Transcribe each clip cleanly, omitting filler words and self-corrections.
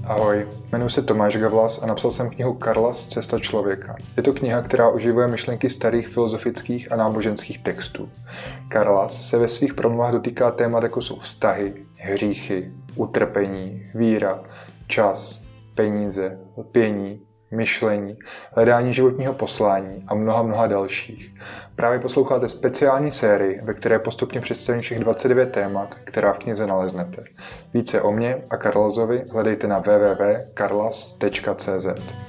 Ahoj, jmenuji se Tomáš Gavlas a napsal jsem knihu Karlas, Cesta člověka. Je to kniha, která oživuje myšlenky starých filozofických a náboženských textů. Karlas se ve svých promluvách dotýká témat, jako jsou vztahy, hříchy, utrpení, víra, čas, peníze, lpění, myšlení, hledání životního poslání a mnoha dalších. Právě posloucháte speciální sérii, ve které postupně představím všech 29 témat, která v knize naleznete. Více o mně a Karlasovi hledejte na www.karlas.cz.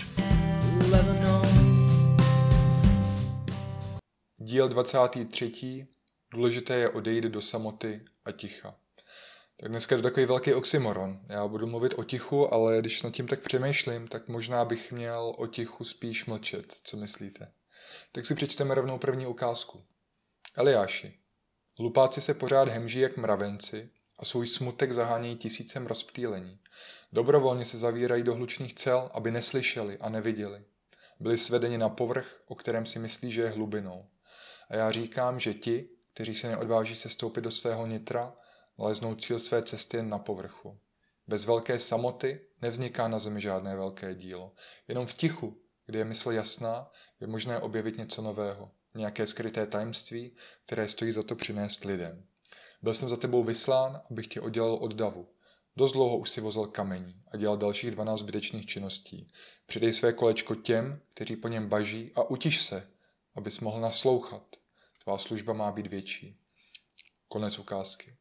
Díl 23. Důležité je odejít do samoty a ticha. Tak dneska je to takový velký oxymoron. Já budu mluvit o tichu, ale když nad tím tak přemýšlím, tak možná bych měl o tichu spíš mlčet. Co myslíte? Tak si přečteme rovnou první ukázku. Eliáši. Hlupáci se pořád hemží jak mravenci a svůj smutek zahánějí tisícem rozptýlení. Dobrovolně se zavírají do hlučných cel, aby neslyšeli a neviděli. Byli svedeni na povrch, o kterém si myslí, že je hlubinou. A já říkám, že ti, kteří se neodváží sestoupit do svého nitra, naleznou cíl své cesty jen na povrchu. Bez velké samoty nevzniká na zemi žádné velké dílo. Jenom v tichu, kde je mysl jasná, je možné objevit něco nového. Nějaké skryté tajemství, které stojí za to přinést lidem. Byl jsem za tebou vyslán, abych tě oddělal od davu. Dost dlouho už si vozil kamení a dělal dalších 12 zbytečných činností. Přidej své kolečko těm, kteří po něm baží, a utiš se, abys mohl naslouchat. Tvá služba má být větší. Konec ukázky.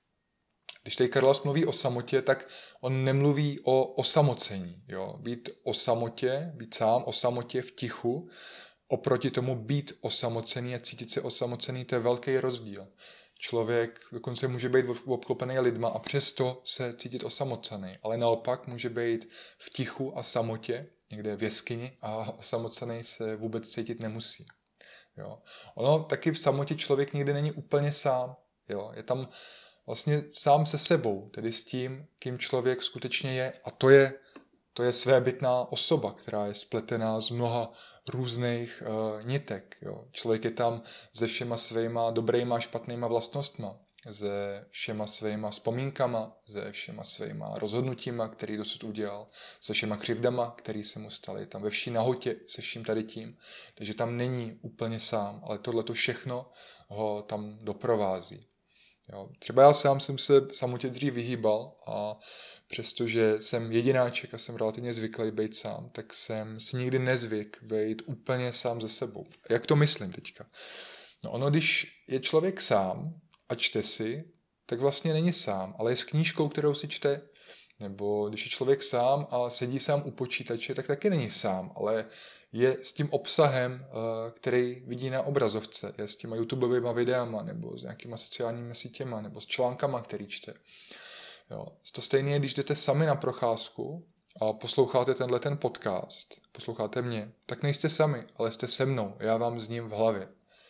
Když tady Karlas mluví o samotě, tak on nemluví o osamocení. Jo? Být o samotě, být sám o samotě v tichu, oproti tomu být osamocený a cítit se osamocený, to je velký rozdíl. Člověk dokonce může být obklopený lidma a přesto se cítit osamocený, ale naopak může být v tichu a samotě, někde v jeskyni, a osamocený se vůbec cítit nemusí. Jo? Ono taky v samotě člověk nikdy není úplně sám. Jo? Je tam vlastně sám se sebou, tedy s tím, kým člověk skutečně je, a to je svébytná osoba, která je spletená z mnoha různých nitek. Jo. Člověk je tam se všema svýma dobrýma a špatnýma vlastnostma, se všema svýma vzpomínkama, se všema svýma rozhodnutíma, který dosud udělal, se všema křivdama, který se mu staly, tam ve vší nahotě se vším tady tím. Takže tam není úplně sám, ale tohleto všechno ho tam doprovází. Jo. Třeba já sám jsem se samotě dřív vyhýbal a přestože jsem jedináček a jsem relativně zvyklý být sám, tak jsem si nikdy nezvyk být úplně sám ze sebou. Jak to myslím teďka? No ono, když je člověk sám a čte si, tak vlastně není sám, ale je s knížkou, kterou si čte. Nebo když je člověk sám a sedí sám u počítače, tak taky není sám, ale je s tím obsahem, který vidí na obrazovce, je s těma YouTubeovými videama, nebo s nějakýma sociálními sítěma, nebo s článkama, který čte. Jo. To stejné je, když jdete sami na procházku a posloucháte ten podcast, posloucháte mě, tak nejste sami, ale jste se mnou, já vám zním v hlavě.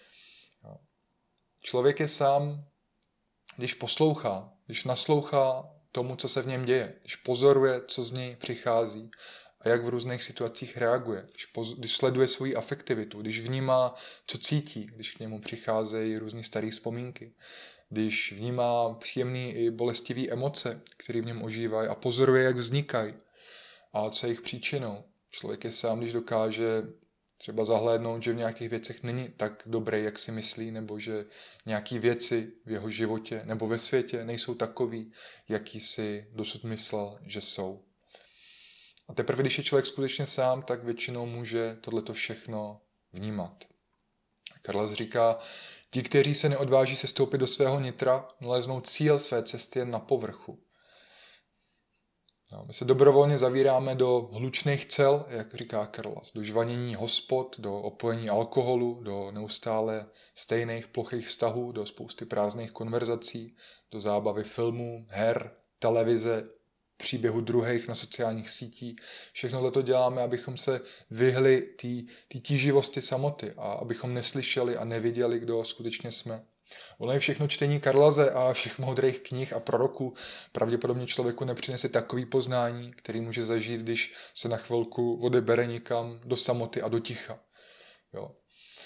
Jo. Člověk je sám, když poslouchá, když naslouchá tomu, co se v něm děje, když pozoruje, co z něj přichází a jak v různých situacích reaguje, když sleduje svoji afektivitu, když vnímá, co cítí, když k němu přicházejí různý staré vzpomínky, když vnímá příjemný i bolestivý emoce, které v něm ožívají, a pozoruje, jak vznikají a co je jejich příčinou. Člověk je sám, když dokáže třeba zahlédnout, že v nějakých věcech není tak dobrý, jak si myslí, nebo že nějaké věci v jeho životě nebo ve světě nejsou takový, jaký si dosud myslel, že jsou. A teprve, když je člověk skutečně sám, tak většinou může tohleto všechno vnímat. Karlas říká, ti, kteří se neodváží sestoupit do svého nitra, naleznou cíl své cesty jen na povrchu. My se dobrovolně zavíráme do hlučných cel, jak říká Karlas, do žvanění hospod, do opojení alkoholu, do neustále stejných plochých vztahů, do spousty prázdných konverzací, do zábavy filmů, her, televize, příběhu druhých na sociálních sítích. Všechno to děláme, abychom se vyhli té tíživosti samoty a abychom neslyšeli a neviděli, kdo skutečně jsme. Ono je všechno čtení Karlase a všech moudrých knih a proroků pravděpodobně člověku nepřinese takový poznání, který může zažít, když se na chvilku odebere nikam do samoty a do ticha. Jo.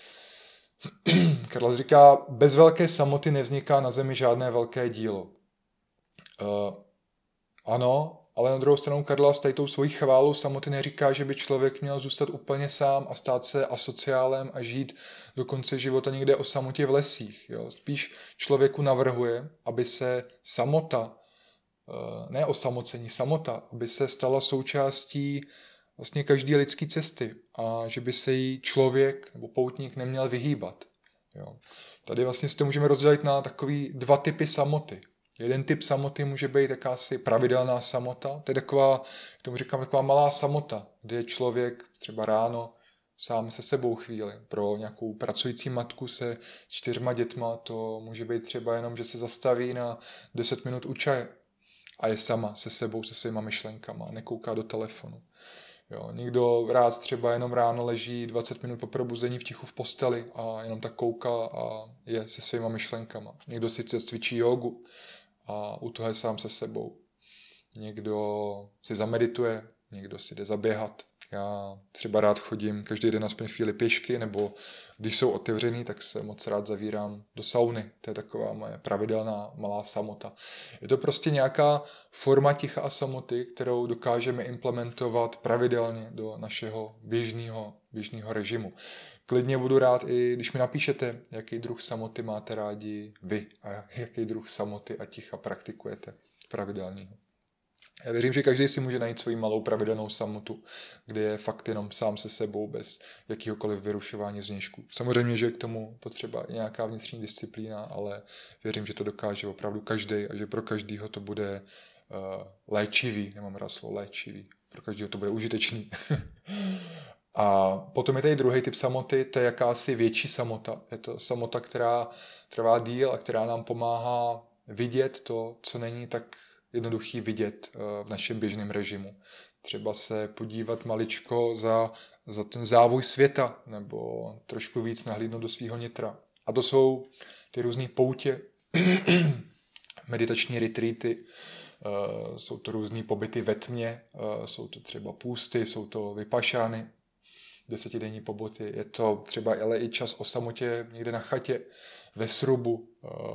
Karlas říká, bez velké samoty nevzniká na zemi žádné velké dílo. Ano, Ale na druhou stranu Karlas tady tou svojí chválou samoty neříká, že by člověk měl zůstat úplně sám a stát se asociálem a žít do konce života někde o samotě v lesích. Jo. Spíš člověku navrhuje, aby se samota, ne osamocení, samota, aby se stala součástí vlastně každé lidské cesty a že by se jí člověk nebo poutník neměl vyhýbat. Jo. Tady vlastně si to můžeme rozdělit na takový 2 typy samoty. Jeden typ samoty může být jakási pravidelná samota, to je taková, jak tomu říkám, taková malá samota, kde je člověk třeba ráno sám se sebou chvíli. Pro nějakou pracující matku se 4 dětma to může být třeba jenom, že se zastaví na 10 minut u čaje a je sama se sebou, se svýma myšlenkama, nekouká do telefonu. Jo, někdo rád třeba jenom ráno leží 20 minut po probuzení v tichu v posteli a jenom tak kouká a je se svýma myšlenkama. Někdo si cvičí jogu a u toho je sám se sebou. Někdo si zamedituje, někdo si jde zaběhat. Já třeba rád chodím každý den aspoň chvíli pěšky, nebo když jsou otevřený, tak se moc rád zavírám do sauny. To je taková moje pravidelná malá samota. Je to prostě nějaká forma ticha a samoty, kterou dokážeme implementovat pravidelně do našeho běžného režimu. Klidně budu rád i když mi napíšete, jaký druh samoty máte rádi vy a jaký druh samoty a ticha praktikujete pravidelného. Já věřím, že každý si může najít svoji malou pravidelnou samotu, kde je fakt jenom sám se sebou bez jakýhokoliv vyrušování zvnějšku. Samozřejmě, že je k tomu potřeba i nějaká vnitřní disciplína, ale věřím, že to dokáže opravdu každý a že pro každýho to bude léčivý, nemám rád slovo léčivý, pro každýho to bude užitečný. A potom je tady druhý typ samoty, to je jakási větší samota. Je to samota, která trvá díl a která nám pomáhá vidět to, co není tak jednoduchý vidět v našem běžném režimu. Třeba se podívat maličko za ten závoj světa nebo trošku víc nahlídnout do svého nitra. A to jsou ty různý poutě, meditační retreaty, jsou to různý pobyty ve tmě, jsou to třeba půsty, jsou to vypašány, 10denní pobyty. Je to třeba ale i čas o samotě někde na chatě, ve srubu,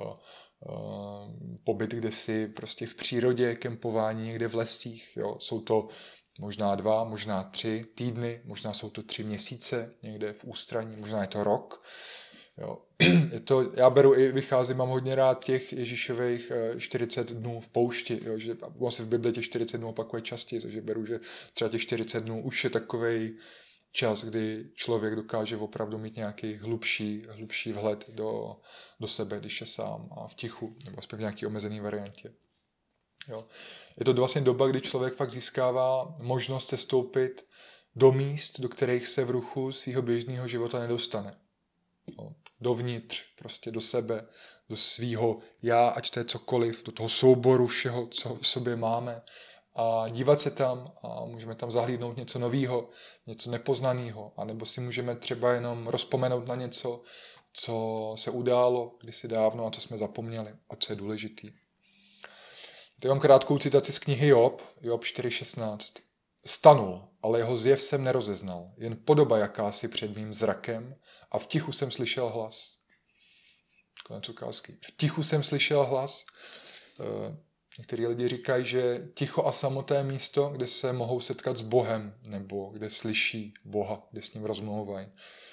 pobyt, kde si prostě v přírodě, kempování někde v lesích. Jo. Jsou to možná 2, možná 3 týdny, možná jsou to 3 měsíce někde v ústraní, možná je to rok. Jo. Já vycházím, mám hodně rád těch Ježíšových 40 dnů v poušti, jo, že on se v Bibli těch 40 dnů opakuje častěji, takže beru, že třeba těch 40 dnů už je takovej čas, kdy člověk dokáže opravdu mít nějaký hlubší vhled do sebe, když je sám a v tichu, nebo aspoň v nějaké omezené variantě. Jo. Je to vlastně doba, kdy člověk fakt získává možnost se stoupit do míst, do kterých se v ruchu svého běžného života nedostane. Jo. Dovnitř, prostě do sebe, do svého já, ať to je cokoliv, do toho souboru všeho, co v sobě máme, a dívat se tam a můžeme tam zahlídnout něco nového, něco nepoznaného, anebo si můžeme třeba jenom rozpomenout na něco, co se událo kdysi dávno a co jsme zapomněli a co je důležitý. Teď mám krátkou citaci z knihy Job 4.16. Stanul, ale jeho zjev jsem nerozeznal, jen podoba jakási před mým zrakem a v tichu jsem slyšel hlas. Konec ukázky. V tichu jsem slyšel hlas. Někteří lidi říkají, že ticho a samota je místo, kde se mohou setkat s Bohem, nebo kde slyší Boha, kde s ním rozmlouvají.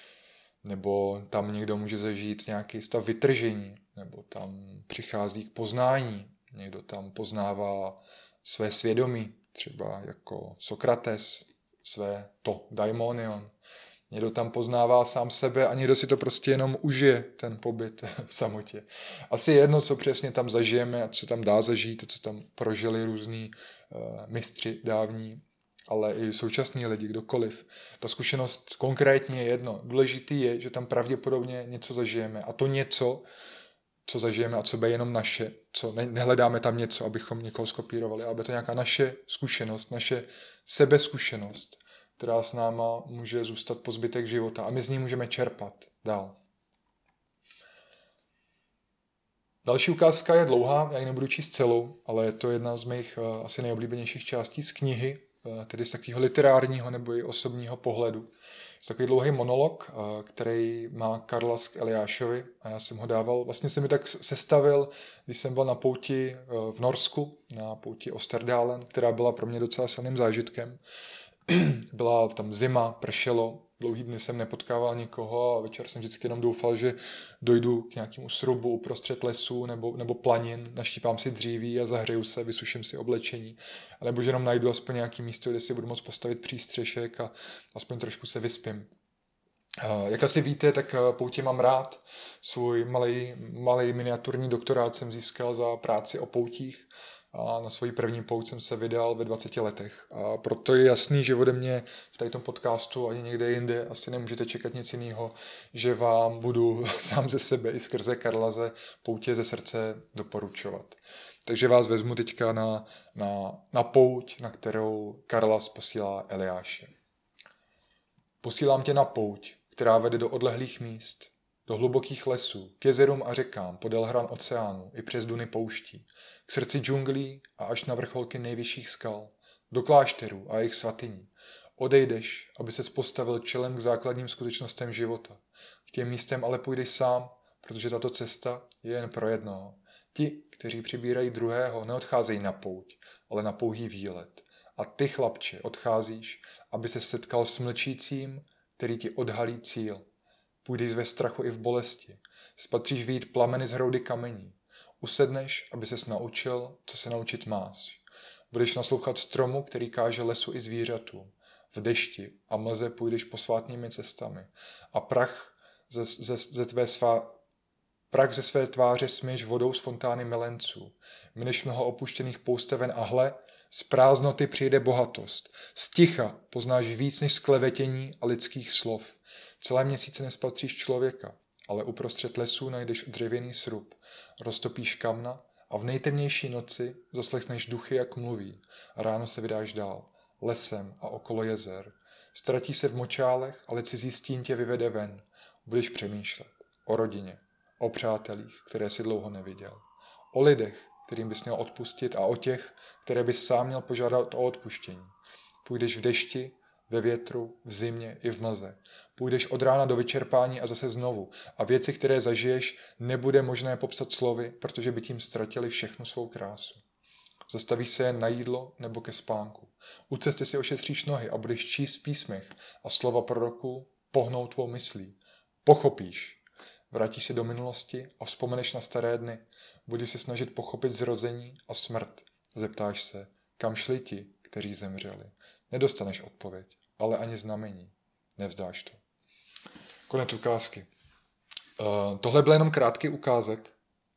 Nebo tam někdo může zažít nějaký stav vytržení, nebo tam přichází k poznání, někdo tam poznává své svědomí, třeba jako Sokrates, své to daimonion. Někdo tam poznává sám sebe a někdo si to prostě jenom užije, ten pobyt v samotě. Asi jedno, co přesně tam zažijeme a co tam dá zažít, co tam prožili různí mistři dávní, ale i současní lidi, kdokoliv. Ta zkušenost konkrétně je jedno. Důležitý je, že tam pravděpodobně něco zažijeme. A to něco, co zažijeme a co bude jenom naše, co nehledáme tam něco, abychom někoho skopírovali, ale to je nějaká naše zkušenost, naše sebezkušenost, která s náma může zůstat po zbytek života a my z ní můžeme čerpat dál. Další ukázka je dlouhá, já ji nebudu číst celou, ale je to jedna z mých asi nejoblíbenějších částí z knihy, tedy z takového literárního nebo i osobního pohledu. Takový dlouhý monolog, který má Karlas k Eliášovi a já jsem ho dával, vlastně jsem mi tak sestavil, když jsem byl na pouti v Norsku, na pouti Osterdalen, která byla pro mě docela silným zážitkem. Byla tam zima, pršelo, dlouhý dny jsem nepotkával nikoho a večer jsem vždycky jenom doufal, že dojdu k nějakému srubu uprostřed lesu nebo planin, naštípám si dříví a zahřeju se, vysuším si oblečení, nebo že jenom najdu aspoň nějaký místo, kde si budu moct postavit přístřešek a aspoň trošku se vyspím. Jak asi víte, tak poutě mám rád. Svůj malý miniaturní doktorát jsem získal za práci o poutích a na svoji první pouť jsem se vydal ve 20 letech. A proto je jasný, že ode mě v této podcastu ani někde jinde asi nemůžete čekat nic jiného, že vám budu sám ze sebe i skrze Karlaze poutě ze srdce doporučovat. Takže vás vezmu teďka na pouť, na kterou Karlas posílá Eliáše. Posílám tě na pouť, která vede do odlehlých míst, do hlubokých lesů, k jezerům a řekám, podél hran oceánu i přes duny pouští, k srdci džunglí a až na vrcholky nejvyšších skal, do klášterů a jejich svatyní. Odejdeš, aby ses postavil čelem k základním skutečnostem života. K těm místem ale půjdeš sám, protože tato cesta je jen pro jednoho. Ti, kteří přibírají druhého, neodcházejí na pouť, ale na pouhý výlet. A ty, chlapče, odcházíš, aby se setkal s mlčícím, který ti odhalí cíl. Půjdeš ve strachu i v bolesti. Spatříš vyjít plameny z hroudy kamení. Usedneš, aby ses naučil, co se naučit máš. Budeš naslouchat stromu, který káže lesu i zvířatům. V dešti a mlze půjdeš posvátnými cestami. A prach ze své tváře smyješ vodou z fontány milenců. Mineš mnoho opuštěných pousteven a hle, z prázdnoty přijde bohatost. Z ticha poznáš víc než z klevetění a lidských slov. Celé měsíce nespatříš člověka, ale uprostřed lesů najdeš dřevěný srub. Roztopíš kamna a v nejtemnější noci zaslechneš duchy, jak mluví. A ráno se vydáš dál, lesem a okolo jezer. Ztratíš se v močálech, ale cizí stín tě vyvede ven. Budeš přemýšlet o rodině, o přátelích, které si dlouho neviděl. O lidech, kterým bys měl odpustit a o těch, které bys sám měl požádat o odpuštění. Půjdeš v dešti, ve větru, v zimě i v mlze. Půjdeš od rána do vyčerpání a zase znovu. A věci, které zažiješ, nebude možné popsat slovy, protože by tím ztratili všechnu svou krásu. Zastavíš se jen na jídlo nebo ke spánku. U cesty si ošetříš nohy a budeš číst v písmech a slova proroků pohnou tvou myslí. Pochopíš. Vrátíš se do minulosti a vzpomeneš na staré dny. Budeš se snažit pochopit zrození a smrt. Zeptáš se, kam šli ti, kteří zemřeli. Nedostaneš odpověď, ale ani znamení. Nevzdáš to. Konec ukázky. Tohle byl jenom krátký ukázek.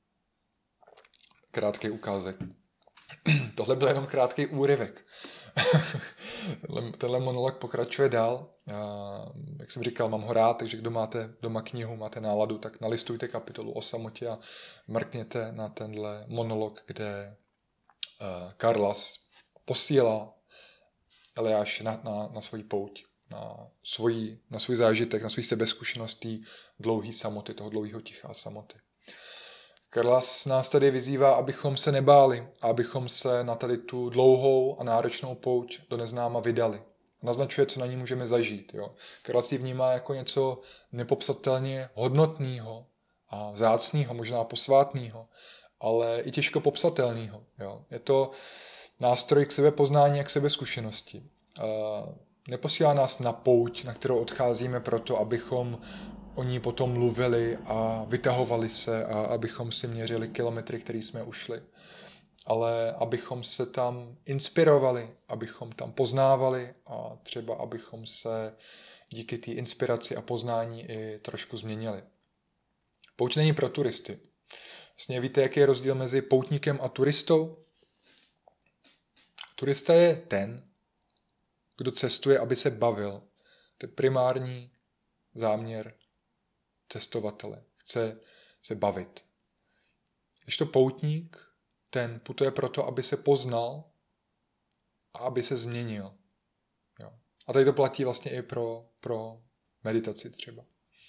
Tohle byl jenom krátký úryvek. Tenhle monolog pokračuje dál. Jak jsem říkal, mám ho rád, takže kdo máte doma knihu, máte náladu, tak nalistujte kapitolu o samotě a mrkněte na tenhle monolog, kde Karlas posílá Eliáše na svoji pouť, na svůj zážitek, na svůj sebezkušenost té dlouhé samoty, toho dlouhého ticha a samoty. Karlas nás tady vyzývá, abychom se nebáli a abychom se na tady tu dlouhou a náročnou pouť do neznáma vydali. Naznačuje, co na ní můžeme zažít. Jo. Karlas ji vnímá jako něco nepopsatelně hodnotného a vzácného, možná posvátného, ale i těžko popsatelného. Jo. Je to nástroj k sebepoznání a k sebezkušenosti. Neposílá nás na pouť, na kterou odcházíme proto, abychom o ní potom mluvili a vytahovali se a abychom si měřili kilometry, které jsme ušli. Ale abychom se tam inspirovali, abychom tam poznávali a třeba abychom se díky té inspiraci a poznání i trošku změnili. Pouť není pro turisty. Vlastně víte, jaký je rozdíl mezi poutníkem a turistou? Turista je ten, kdo cestuje, aby se bavil. To je primární záměr cestovatele. Chce se bavit. Když to poutník, ten putuje proto, aby se poznal a aby se změnil. Jo. A tady to platí vlastně i pro meditaci třeba.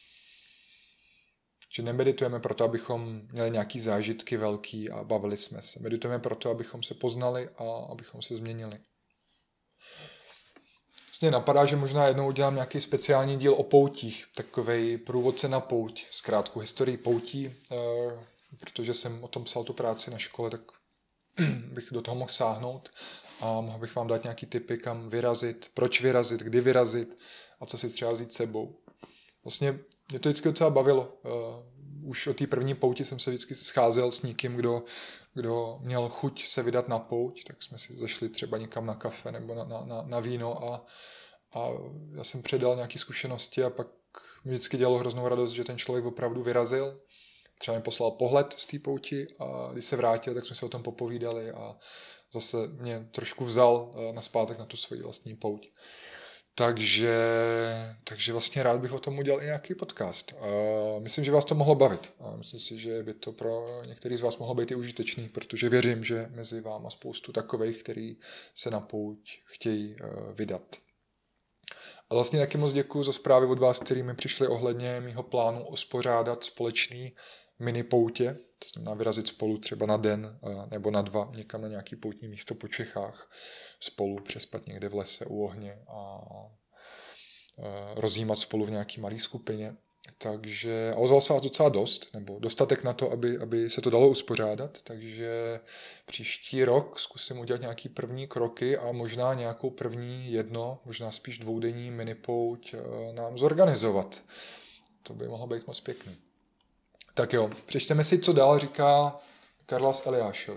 Že nemeditujeme proto, abychom měli nějaký zážitky velký a bavili jsme se. Meditujeme proto, abychom se poznali a abychom se změnili. Vlastně napadá, že možná jednou udělám nějaký speciální díl o poutích, takovej průvodce na pouť, zkrátku historii poutí, protože jsem o tom psal tu práci na škole, tak bych do toho mohl sáhnout a mohl bych vám dát nějaký tipy, kam vyrazit, proč vyrazit, kdy vyrazit a co si třeba vzít sebou. Vlastně mě to vždycky docela bavilo. Už o té první pouti jsem se vždycky scházel s někým, kdo měl chuť se vydat na pouť, tak jsme si zašli třeba někam na kafe nebo na víno a já jsem předal nějaké zkušenosti a pak mi vždycky dělalo hroznou radost, že ten člověk opravdu vyrazil. Třeba mi poslal pohled z té pouti a když se vrátil, tak jsme se o tom popovídali a zase mě trošku vzal nazpátek na tu svoji vlastní pouť. Takže vlastně rád bych o tom udělal i nějaký podcast. Myslím, že vás to mohlo bavit. Myslím si, že by to pro některý z vás mohlo být i užitečný, protože věřím, že mezi váma spoustu takových, kteří se na pouť chtějí vydat. A vlastně taky moc děkuju za zprávy od vás, který mi přišli ohledně mýho plánu uspořádat společný mini poutě, to znamená vyrazit spolu třeba na den nebo na 2 někam na nějaký poutní místo po Čechách, spolu přespat někde v lese u ohně a rozjímat spolu v nějaký malý skupině. Takže a ozval se vás docela dost, nebo dostatek na to, aby se to dalo uspořádat, takže příští rok zkusím udělat nějaký první kroky a možná nějakou první možná spíš 2denní minipouť nám zorganizovat. To by mohlo být moc pěkný. Tak jo, přečteme si, co dál říká Karlas Eliášovi.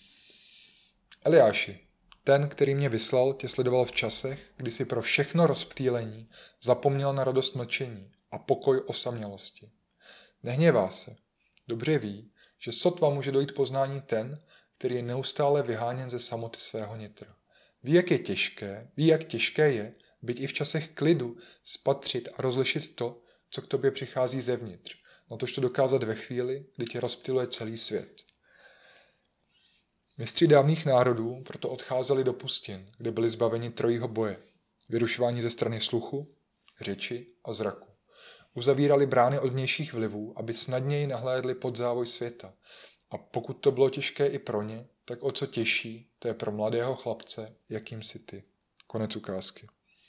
Eliáši, ten, který mě vyslal, tě sledoval v časech, kdy si pro všechno rozptýlení zapomněl na radost mlčení a pokoj osamělosti. Nehněvá se. Dobře ví, že sotva může dojít poznání ten, který je neustále vyháněn ze samoty svého nitra. Ví, jak těžké je, byť i v časech klidu, spatřit a rozlišit to, co k tobě přichází zevnitř, natož to dokázat ve chvíli, kdy tě rozptyluje celý svět. Mistři dávných národů proto odcházeli do pustin, kde byli zbaveni trojího boje, vyrušování ze strany sluchu, řeči a zraku. Uzavírali brány od vnějších vlivů, aby snadněji nahlédli pod závoj světa. A pokud to bylo těžké i pro ně, tak o co těžší, to je pro mladého chlapce, jakým jsi ty. Konec ukázky.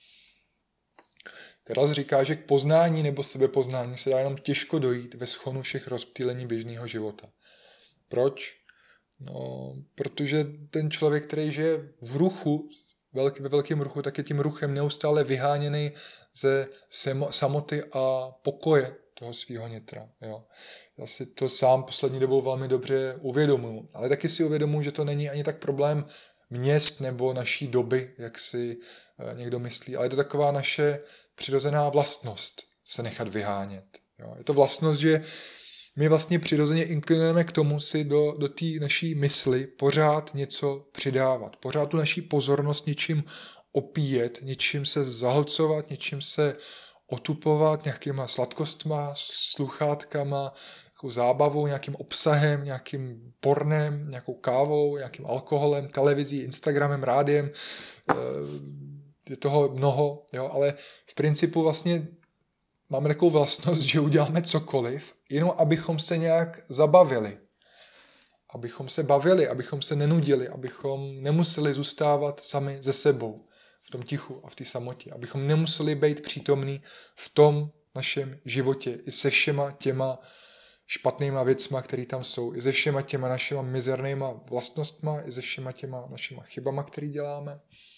Karlas říká, že k poznání nebo sebepoznání se dá jenom těžko dojít ve schonu všech rozptýlení běžného života. Proč? No, protože ten člověk, který žije v ruchu, ve velkém ruchu, tak je tím ruchem neustále vyháněný ze samoty a pokoje toho svého nitra. Jo. Já si to sám poslední dobou velmi dobře uvědomuji, ale taky si uvědomuji, že to není ani tak problém měst nebo naší doby, jak si někdo myslí, ale je to taková naše přirozená vlastnost se nechat vyhánět. Jo. Je to vlastnost, že my vlastně přirozeně inklinujeme k tomu si do té naší mysli pořád něco přidávat. Pořád tu naší pozornost něčím opíjet, něčím se zahlcovat, něčím se otupovat, nějakýma sladkostma, sluchátkama, nějakou zábavou, nějakým obsahem, nějakým pornem, nějakou kávou, nějakým alkoholem, televizí, Instagramem, rádiem. Je toho mnoho, jo, ale v principu vlastně máme takovou vlastnost, že uděláme cokoliv, jenom abychom se nějak zabavili. Abychom se bavili, abychom se nenudili, abychom nemuseli zůstávat sami ze sebou v tom tichu a v té samotě. Abychom nemuseli být přítomní v tom našem životě i se všema těma špatnýma věcma, které tam jsou, i se všema těma našima mizernýma vlastnostma, i se všema těma našima chybama, které děláme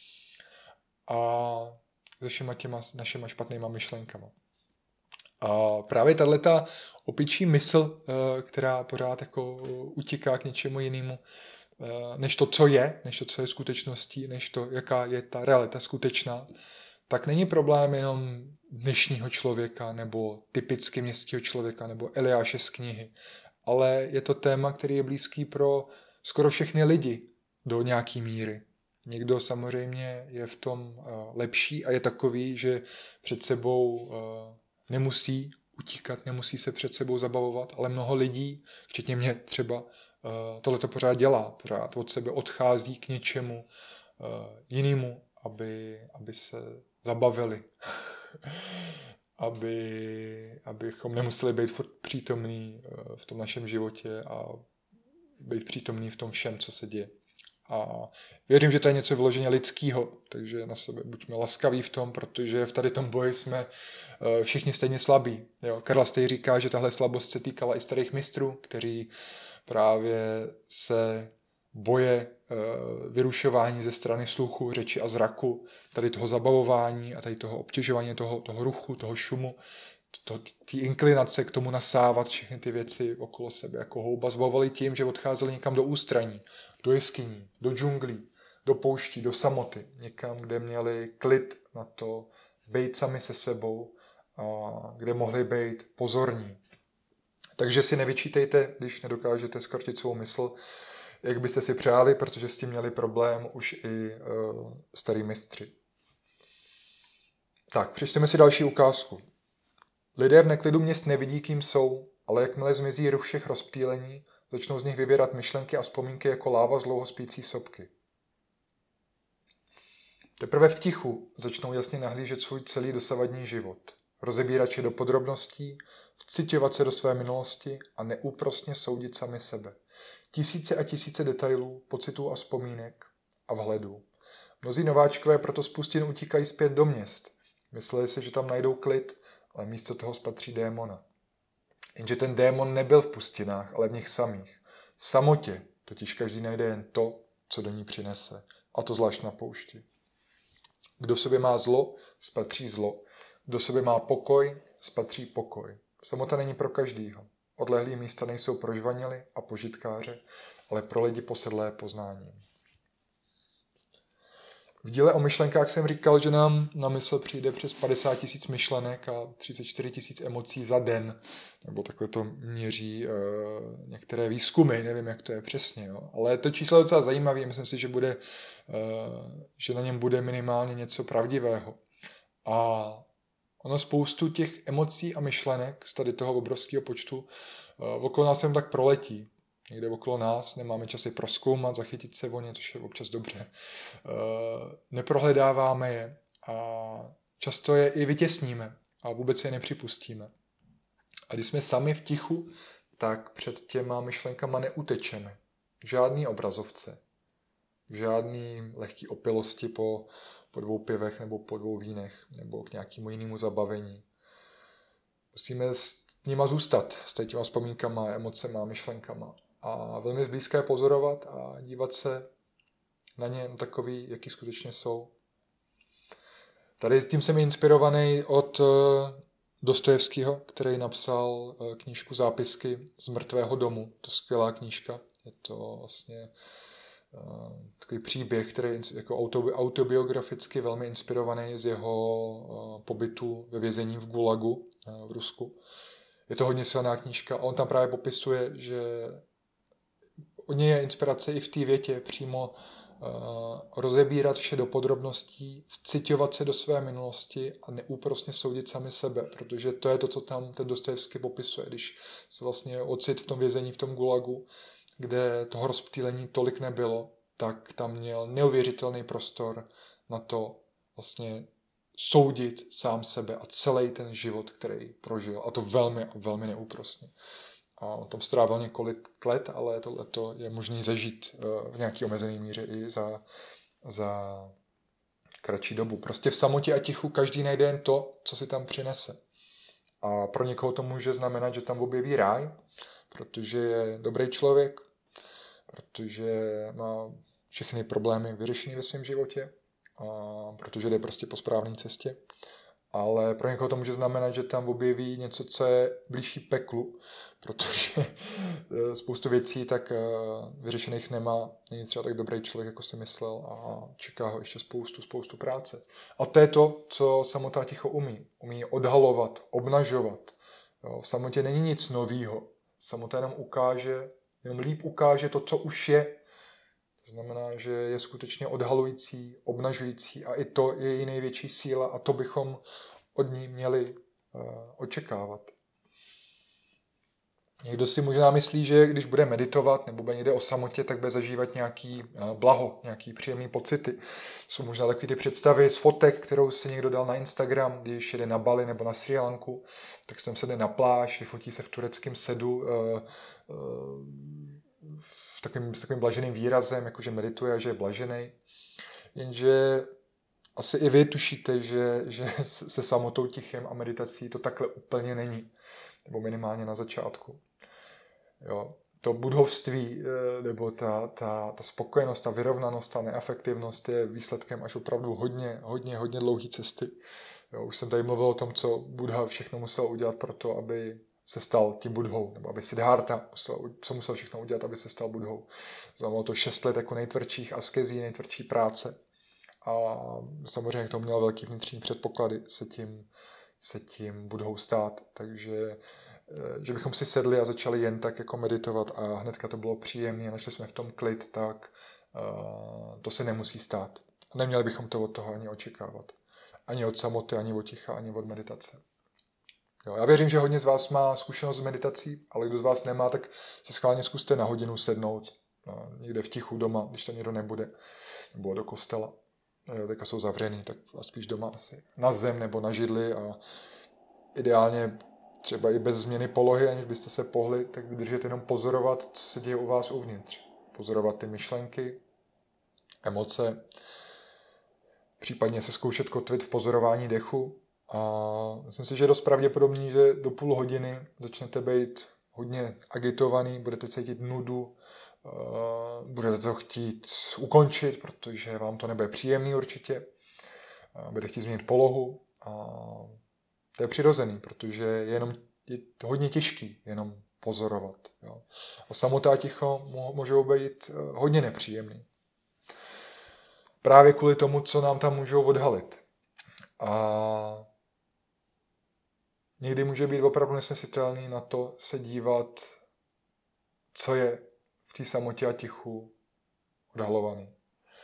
a se všema těma našima špatnýma myšlenkama. A právě tato opičí mysl, která pořád jako utíká k něčemu jinému, než to, co je skutečností, než to, jaká je ta realita skutečná, tak není problém jenom dnešního člověka nebo typicky městského člověka nebo Eliáše z knihy, ale je to téma, který je blízký pro skoro všechny lidi do nějaký míry. Někdo samozřejmě je v tom lepší a je takový, že před sebou nemusí utíkat, nemusí se před sebou zabavovat, ale mnoho lidí, včetně mě třeba, tohleto pořád dělá, pořád od sebe odchází k něčemu jinému, aby se zabavili, abychom nemuseli být furt přítomní v tom našem životě a být přítomní v tom všem, co se děje. A věřím, že to je něco vyloženě lidského, takže na sebe buďme laskaví v tom, protože v tady tom boji jsme všichni stejně slabí. Jo? Karla Stej říká, že tahle slabost se týkala i starých mistrů, kteří právě se boje vyrušování ze strany sluchu, řeči a zraku, tady toho zabavování a tady toho obtěžování, toho ruchu, toho šumu, ty inklinace k tomu nasávat všechny ty věci okolo sebe jako houba zbavovali tím, že odcházeli někam do ústraní, do jeskyní, do džunglí, do pouští, do samoty, někam, kde měli klid na to být sami se sebou a kde mohli být pozorní. Takže si nevyčítejte, když nedokážete zkrotit svou mysl, jak byste si přáli, protože s tím měli problém už i starý mistři. Tak, přečteme si další ukázku. Lidé v neklidu měst nevidí, kým jsou, ale jakmile zmizí ruch všech rozptýlení, začnou z nich vyvěrat myšlenky a vzpomínky jako láva z dlouho spící sopky. Teprve v tichu začnou jasně nahlížet svůj celý dosavadní život, rozebírat je do podrobností, vciťovat se do své minulosti a neúprosně soudit sami sebe. Tisíce a tisíce detailů, pocitů a vzpomínek a vhledů. Mnozí nováčkové proto z pustin utíkají zpět do měst. Mysleli si, že tam najdou klid, ale místo toho spatří démona. Jenže ten démon nebyl v pustinách, ale v nich samých. V samotě totiž každý najde jen to, co do ní přinese. A to zvlášť na poušti. Kdo v sobě má zlo, spatří zlo. Kdo v sobě má pokoj, spatří pokoj. Samota není pro každýho. Odlehlý místa nejsou pro žvanily a požitkáře, ale pro lidi posedlé poznáním. V díle o myšlenkách jsem říkal, že nám na mysl přijde přes 50 000 myšlenek a 34 000 emocí za den. Nebo takhle to měří některé výzkumy, nevím, jak to je přesně. Jo. Ale to číslo je docela zajímavé, myslím si, že na něm bude minimálně něco pravdivého. A ono spoustu těch emocí a myšlenek z tady toho obrovského počtu okolo nás jen tak proletí. Někde okolo nás, nemáme čas je prozkoumat, zachytit se o ně, což je občas dobře. Neprohledáváme je a často je i vytěsníme a vůbec je nepřipustíme. A když jsme sami v tichu, tak před těma myšlenkama neutečeme. K žádný obrazovce, k žádný lehký opilosti po 2 pivech nebo po 2 vínech nebo k nějakému jinému zabavení. Musíme s nima zůstat, s těma vzpomínkama, emocema, myšlenkama. A velmi zblízka je pozorovat a dívat se na ně takový, jaký skutečně jsou. Tady tím jsem inspirovaný od Dostojevského, který napsal knížku Zápisky z mrtvého domu. To je skvělá knížka. Je to vlastně takový příběh, který je jako autobiograficky velmi inspirovaný z jeho pobytu ve vězení v Gulagu v Rusku. Je to hodně silná knížka a on tam právě popisuje, že od něj je inspirace i v té větě přímo rozebírat vše do podrobností, vciťovat se do své minulosti a neúprosně soudit sami sebe, protože to je to, co tam ten Dostojevský popisuje, když se vlastně ocit v tom vězení, v tom Gulagu, kde toho rozptýlení tolik nebylo, tak tam měl neuvěřitelný prostor na to vlastně soudit sám sebe a celý ten život, který prožil. A to velmi, velmi neúprosně. A on tam strávil několik let, ale tohleto je možné zažít v nějaký omezený míře i za kratší dobu. Prostě v samotě a tichu každý najde jen to, co si tam přinese. A pro někoho to může znamenat, že tam objeví ráj, protože je dobrý člověk, protože má všechny problémy vyřešené ve svém životě a protože jde prostě po správné cestě. Ale pro někoho to může znamenat, že tam objeví něco, co je blížší peklu, protože spoustu věcí tak vyřešených nemá, není třeba tak dobrý člověk, jako si myslel a čeká ho ještě spoustu práce. A to je to, co samota ticho umí. Umí odhalovat, obnažovat. Jo, v samotě není nic novýho. Samota jenom líp ukáže to, co už je. To znamená, že je skutečně odhalující, obnažující a i to je její největší síla a to bychom od ní měli očekávat. Někdo si možná myslí, že když bude meditovat nebo bude někde o samotě, tak bude zažívat nějaký blaho, nějaký příjemný pocity. Jsou možná takové ty představy z fotek, kterou si někdo dal na Instagram, když jede na Bali nebo na Srí Lanku, tak se tam sedne na pláž, vyfotí se v tureckém sedu s takovým blaženým výrazem, jakože medituje a že je blažený. Jenže asi i vy tušíte, že se samotou, tichem a meditací to takhle úplně není. Nebo minimálně na začátku. Jo. To budhovství, nebo ta spokojenost, ta vyrovnanost, ta neafektivnost je výsledkem až opravdu hodně dlouhé cesty. Jo, už jsem tady mluvil o tom, co Buddha všechno musel udělat pro to, aby se stal tím Budhou, nebo aby Siddhartha musel všechno udělat, aby se stal Budhou. Znamenalo to 6 let jako nejtvrdších askezí, nejtvrdší práce. A samozřejmě k tomu měl velký vnitřní předpoklady se tím Budhou stát. Takže že bychom si sedli a začali jen tak jako meditovat a hnedka to bylo příjemné, našli jsme v tom klid, tak to se nemusí stát. A neměli bychom to od toho ani očekávat. Ani od samoty, ani od ticha, ani od meditace. Jo, já věřím, že hodně z vás má zkušenost s meditací, ale kdo z vás nemá, tak se schválně zkuste na hodinu sednout někde v tichu doma, když to někdo nebude, nebo do kostela. Teďka jsou zavřený, tak spíš doma asi na zem nebo na židli a ideálně třeba i bez změny polohy, aniž byste se pohli, tak vydržet jenom pozorovat, co se děje u vás uvnitř. Pozorovat ty myšlenky, emoce, případně se zkoušet kotvit v pozorování dechu. A myslím si, že je dost pravděpodobný, že do půl hodiny začnete být hodně agitovaný, budete cítit nudu, budete to chtít ukončit, protože vám to nebude příjemný určitě, budete chtít změnit polohu a to je přirozený, protože je hodně těžký jenom pozorovat. Jo. A samota a ticho můžou být hodně nepříjemný. Právě kvůli tomu, co nám tam můžou odhalit. A někdy může být opravdu nesnesitelný na to se dívat, co je v té samotě a tichu odhalovaný.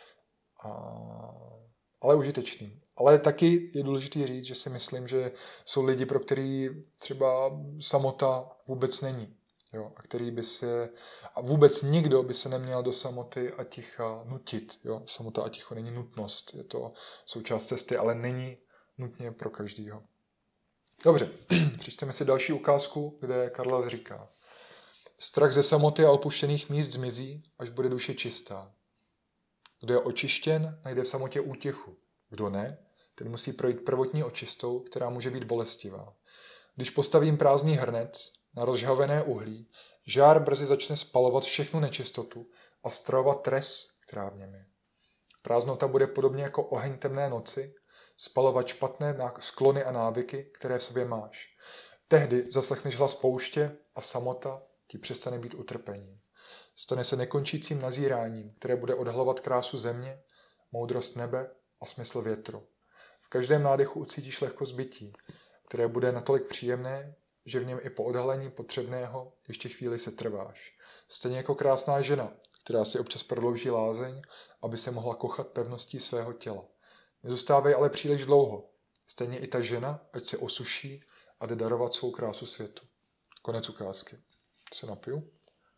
Ale užitečný. Ale taky je důležité říct, že si myslím, že jsou lidi, pro který třeba samota vůbec není. Jo, a vůbec nikdo by se neměl do samoty a ticha nutit. Jo. Samota a ticho není nutnost, je to součást cesty, ale není nutně pro každýho. Dobře, přečteme si další ukázku, kde Karlas říká: strach ze samoty a opuštěných míst zmizí, až bude duše čistá. Kdo je očištěn, najde v samotě útěchu. Kdo ne, ten musí projít prvotní očistou, která může být bolestivá. Když postavím prázdný hrnec na rozžhavené uhlí, žár brzy začne spalovat všechnu nečistotu a stravovat tres, která v něm je. Prázdnota bude podobně jako oheň temné noci, spalovat špatné sklony a návyky, které v sobě máš. Tehdy zaslechneš hlas pouště a samota ti přestane být utrpením. Stane se nekončícím nazíráním, které bude odhalovat krásu země, moudrost nebe a smysl větru. V každém nádechu ucítíš lehkost bytí, které bude natolik příjemné, že v něm i po odhalení potřebného ještě chvíli se trváš. Stejně jako krásná žena, která si občas prodlouží lázeň, aby se mohla kochat pevností svého těla. Nezůstávej ale příliš dlouho. Stejně i ta žena, ať se osuší a jde darovat svou krásu světu. Konec ukázky. Se napiju.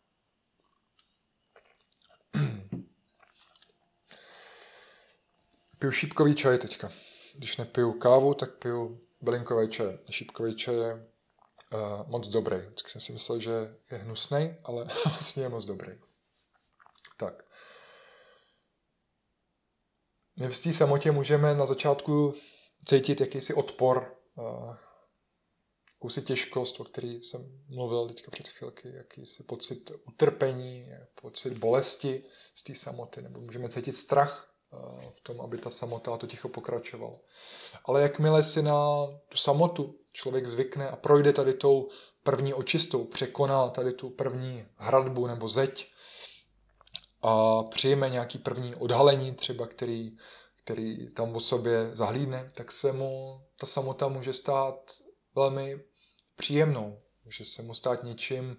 Piju šípkový čaj teďka. Když nepiju kávu, tak piju bylinkové čaje. Šípkový čaj je moc dobrý. Vždycky jsem si myslel, že je hnusnej, ale vlastně je moc dobrý. Tak. My v té samotě můžeme na začátku cítit jakýsi odpor, jakousi těžkost, o který jsem mluvil teďka před chvilky, jakýsi pocit utrpení, pocit bolesti z té samoty, nebo můžeme cítit strach v tom, aby ta samota a to ticho pokračovalo. Ale jakmile si na tu samotu člověk zvykne a projde tady tou první očistou, překoná tady tu první hradbu nebo zeď a přijme nějaký první odhalení třeba, který tam o sobě zahlídne, tak se mu ta samota může stát velmi příjemnou. Může se mu stát něčím,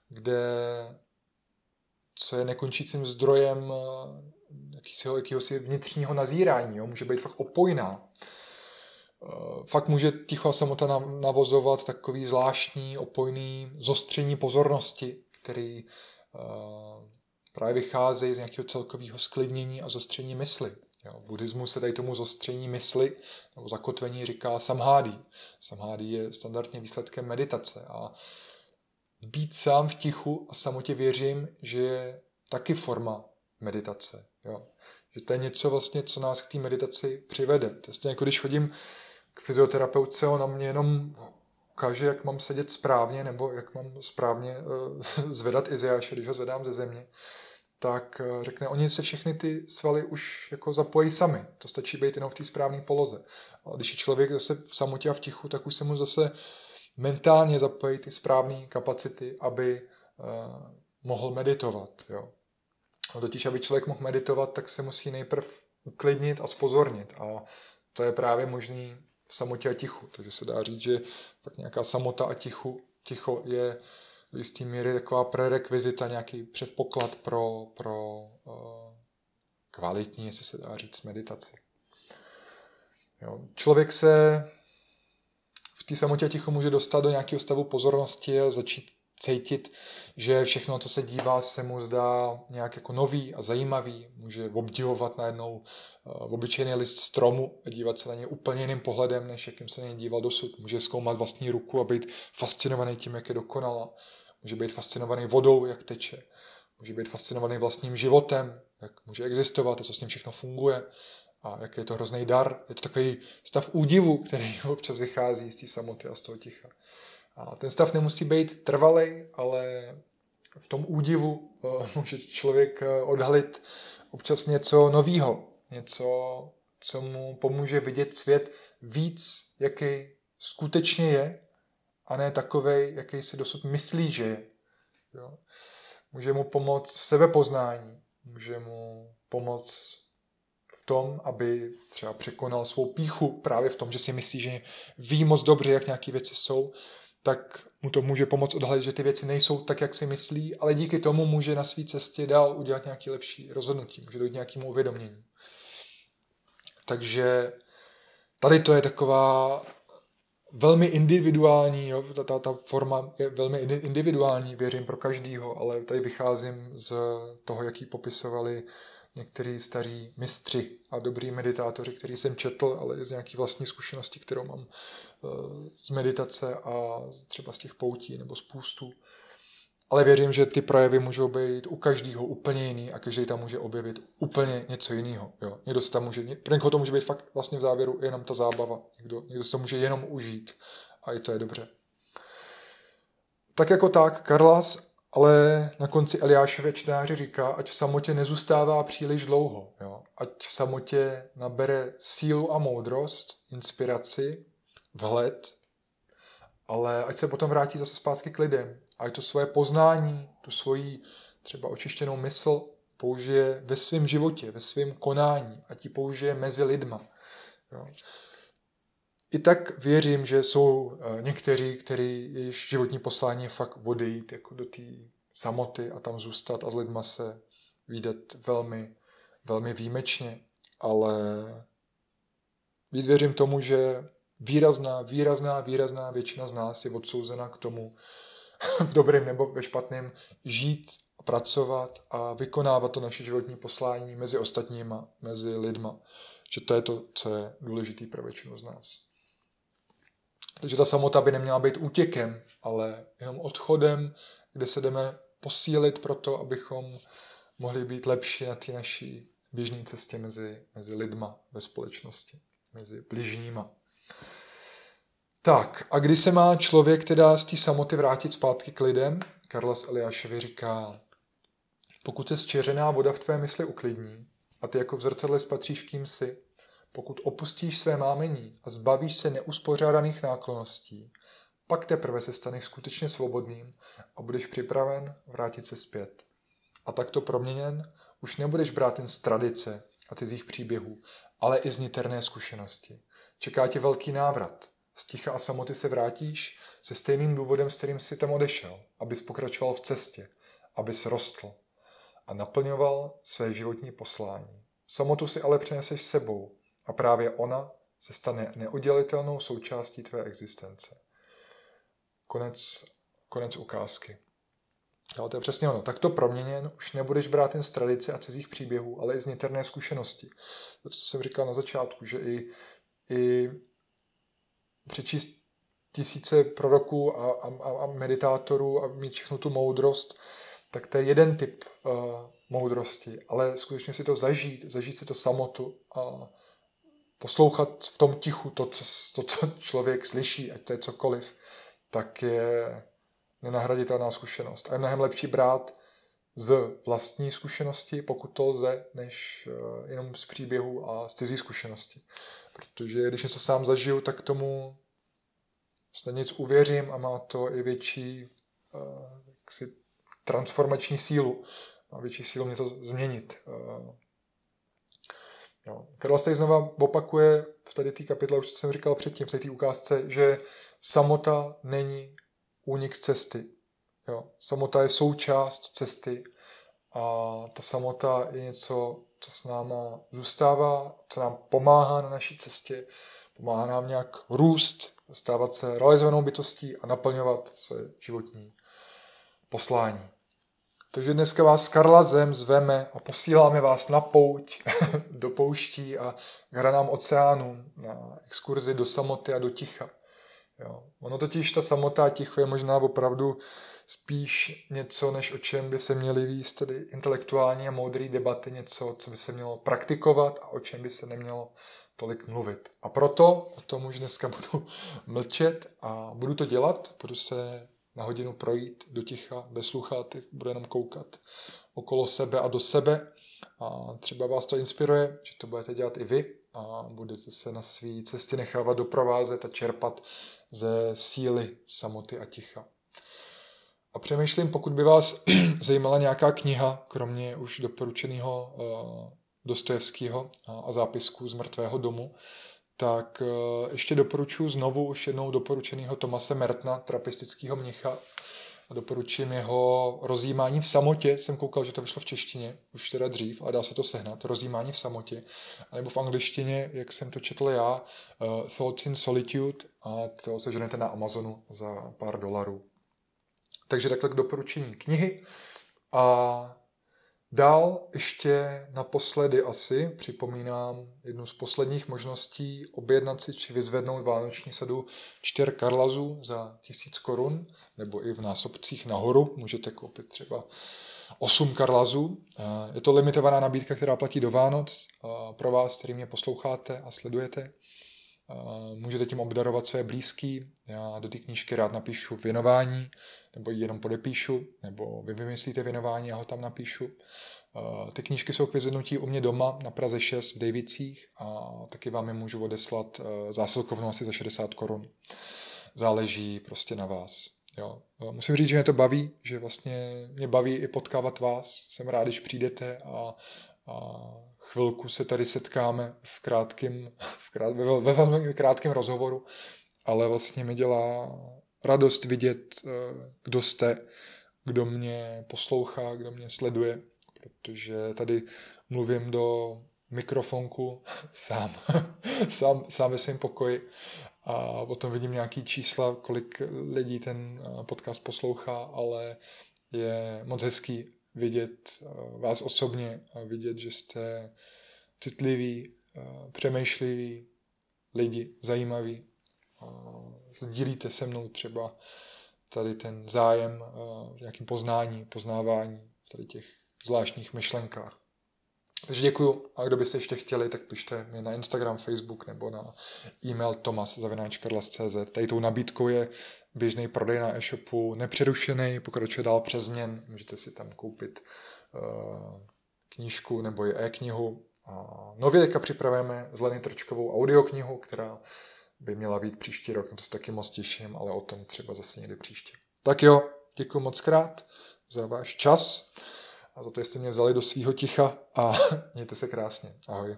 co je nekončícím zdrojem jakýhosi vnitřního nazírání. Jo? Může být fakt opojná. Fakt může ticho a samota navozovat takový zvláštní, opojný zostření pozornosti, který právě vycházejí z nějakého celkového sklidnění a zostření mysli. Jo, v buddhismu se tady tomu zostření mysli nebo zakotvení říká samhádi. Samhádi je standardně výsledkem meditace a být sám v tichu a samotě věřím, že je taky forma meditace. Jo. Že to je něco vlastně, co nás k té meditaci přivede. To je jako když chodím k fyzioterapeutce, ona mě jenom ukáže, jak mám sedět správně, nebo jak mám správně zvedat Izajáše, když ho zvedám ze země, tak řekne, oni se všechny ty svaly už jako zapojí sami. To stačí být jenom v té správné poloze. A když je člověk zase v samotě a v tichu, tak už se mu zase mentálně zapojí ty správné kapacity, aby mohl meditovat. Jo. No totiž, aby člověk mohl meditovat, tak se musí nejprv uklidnit a zpozornit. A to je právě možný v samotě a tichu. Takže se dá říct, že fakt nějaká samota a ticho je do jistý míry taková prerekvizita, nějaký předpoklad pro kvalitní, jestli se dá říct, meditaci. Jo. Člověk se v té samotě a tichu může dostat do nějakého stavu pozornosti a začít cítit, že všechno, co se dívá, se mu zdá nějak jako nový a zajímavý. Může obdivovat najednou obyčejný list stromu a dívat se na něj úplně jiným pohledem, než jakým se na něj díval dosud. Může zkoumat vlastní ruku a být fascinovaný tím, jak je dokonalá. Může být fascinovaný vodou, jak teče. Může být fascinovaný vlastním životem, jak může existovat a co s ním všechno funguje. A jak je to hrozný dar. Je to takový stav údivu, který občas vychází z té samoty a z toho ticha. A ten stav nemusí být trvalej, ale v tom údivu může člověk odhalit občas něco novýho. Něco, co mu pomůže vidět svět víc, jaký skutečně je, a ne takovej, jaký si dosud myslí, že je. Jo? Může mu pomoct v sebepoznání. Může mu pomoct v tom, aby třeba překonal svou pýchu právě v tom, že si myslí, že ví moc dobře, jak nějaké věci jsou, tak mu to může pomoct odhalit, že ty věci nejsou tak, jak si myslí, ale díky tomu může na své cestě dál udělat nějaké lepší rozhodnutí, může dojít nějakému uvědomění. Takže tady to je taková velmi individuální, jo? Ta forma je velmi individuální, věřím pro každýho, ale tady vycházím z toho, jak ji popisovali některý starí mistři a dobrý meditátoři, který jsem četl, ale i z nějaký vlastní zkušenosti, kterou mám z meditace a třeba z těch poutí nebo z půstů. Ale věřím, že ty projevy můžou být u každého úplně jiný a každý tam může objevit úplně něco jiného. Jo. Pro někoho to může být fakt vlastně v závěru jenom ta zábava. Někdo se to může jenom užít a i to je dobře. Tak jako tak, Karlas ale na konci Eliášově čtenáři říká, ať v samotě nezůstává příliš dlouho. Jo. Ať v samotě nabere sílu a moudrost, inspiraci, vhled, ale ať se potom vrátí zase zpátky k lidem. Ať to svoje poznání, tu svoji třeba očištěnou mysl použije ve svém životě, ve svém konání. Ať ji použije mezi lidma. Jo. I tak věřím, že jsou někteří, jejichž životní poslání je fakt odejít jako do té samoty a tam zůstat a s lidma se vídat velmi, velmi výjimečně, ale víc věřím tomu, že výrazná většina z nás je odsouzena k tomu v dobrém nebo ve špatném žít, pracovat a vykonávat to naše životní poslání mezi ostatníma, mezi lidma. Že to je to, co je důležitý pro většinu z nás. Takže ta samota by neměla být útěkem, ale jenom odchodem, kde se jdeme posílit pro to, abychom mohli být lepší na té naší běžné cestě mezi lidma ve společnosti, mezi bližníma. Tak, a kdy se má člověk teda z té samoty vrátit zpátky k lidem? Karlas Eliášovi říká, pokud se zčeřená voda v tvé mysli uklidní a ty jako v zrcadle spatříš, kým jsi, pokud opustíš své mámení a zbavíš se neuspořádaných náklonností, pak teprve se staneš skutečně svobodným a budeš připraven vrátit se zpět. A takto proměněn už nebudeš brát jen z tradice a cizích příběhů, ale i z niterné zkušenosti. Čeká tě velký návrat. Z ticha a samoty se vrátíš se stejným důvodem, s kterým jsi tam odešel, abys pokračoval v cestě, abys rostl a naplňoval své životní poslání. Samotu si ale přeneseš sebou a právě ona se stane neoddělitelnou součástí tvé existence. Konec ukázky. Ale to je přesně ono. Takto proměněn už nebudeš brát jen z tradice a cizích příběhů, ale i z niterné zkušenosti. To, co jsem říkal na začátku, že i přečíst tisíce proroků a meditátorů a mít všechnu tu moudrost, tak to je jeden typ moudrosti, ale skutečně si to zažít si to samotu a poslouchat v tom tichu to, co člověk slyší, ať to je cokoliv, tak je nenahraditelná zkušenost. A je mnohem lepší brát z vlastní zkušenosti, pokud to lze, než jenom z příběhu a z cizí zkušenosti. Protože když něco sám zažiju, tak tomu snad nic uvěřím a má to i větší transformační sílu. Má větší sílu mě to změnit. Karlas tady znova opakuje v tady té kapitole, už jsem říkal předtím, v té ukázce, že samota není únik z cesty. Jo. Samota je součást cesty a ta samota je něco, co s náma zůstává, co nám pomáhá na naší cestě, pomáhá nám nějak růst, stávat se realizovanou bytostí a naplňovat své životní poslání. Takže dneska vás s Karlasem zveme a posíláme vás na pouť do pouští a k hranám oceánu, na exkurzi do samoty a do ticha. Jo. Ono totiž ta samota a ticho je možná opravdu spíš něco, než o čem by se měly vést tedy intelektuální a moudrý debaty, něco, co by se mělo praktikovat a o čem by se nemělo tolik mluvit. A proto o tom už dneska budu mlčet a budu to dělat, budu se na hodinu projít do ticha, bez sluchátek, budu jenom koukat okolo sebe a do sebe a třeba vás to inspiruje, že to budete dělat i vy a budete se na své cestě nechávat doprovázet a čerpat ze síly samoty a ticha. A přemýšlím, pokud by vás zajímala nějaká kniha, kromě už doporučeného Dostojevského a zápisků z Mrtvého domu, tak ještě doporučuji znovu už jednou doporučeného Thomase Mertona, trapistického mnicha. A doporučím jeho Rozjímání v samotě. Jsem koukal, že to vyšlo v češtině, už teda dřív, a dá se to sehnat. Rozjímání v samotě. A nebo v angličtině, jak jsem to četl já, Thoughts in Solitude, a to seženete na Amazonu za pár $. Takže takhle k doporučení knihy. A dál ještě naposledy asi připomínám jednu z posledních možností objednat si či vyzvednout vánoční sadu 4 Karlasů za 1000 korun, nebo i v násobcích nahoru. Můžete koupit třeba 8 Karlasů. Je to limitovaná nabídka, která platí do Vánoc pro vás, který mě posloucháte a sledujete. Můžete tím obdarovat své blízký. Já do té knížky rád napíšu věnování, nebo ji jenom podepíšu, nebo vy vymyslíte věnování, já ho tam napíšu. Ty knížky jsou k vyzvednutí u mě doma na Praze 6 v Dejvicích a taky vám je můžu odeslat zásilkovnou asi za 60 korun. Záleží prostě na vás. Jo. Musím říct, že mě to baví, že vlastně mě baví i potkávat vás. Jsem rád, když přijdete a chvilku se tady setkáme ve velmi krátkém rozhovoru, ale vlastně mi dělá radost vidět, kdo jste, kdo mě poslouchá, kdo mě sleduje, protože tady mluvím do mikrofonku sám ve svém pokoji a potom vidím nějaký čísla, kolik lidí ten podcast poslouchá, ale je moc hezký vidět vás osobně a vidět, že jste citliví, přemýšliví lidi, zajímaví. Sdílíte se mnou třeba tady ten zájem v nějakém poznávání v tady těch zvláštních myšlenkách. Takže děkuju a kdo byste ještě chtěli, tak pište mi na Instagram, Facebook nebo na e-mail tomas@karlas.cz. Tady tou nabídkou je běžný prodej na e-shopu nepřerušený, pokračuje dál přes změn. Můžete si tam koupit knížku nebo i e-knihu. Nově teďka připravujeme s Leny Trčkovou audioknihu, která by měla být příští rok, na to se taky moc těším, ale o tom třeba zase někdy příště. Tak jo, děkuji moc krát za váš čas a za to, že jste mě vzali do svýho ticha a mějte se krásně. Ahoj.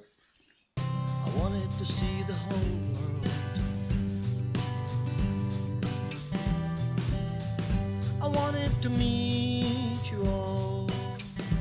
I wanted to meet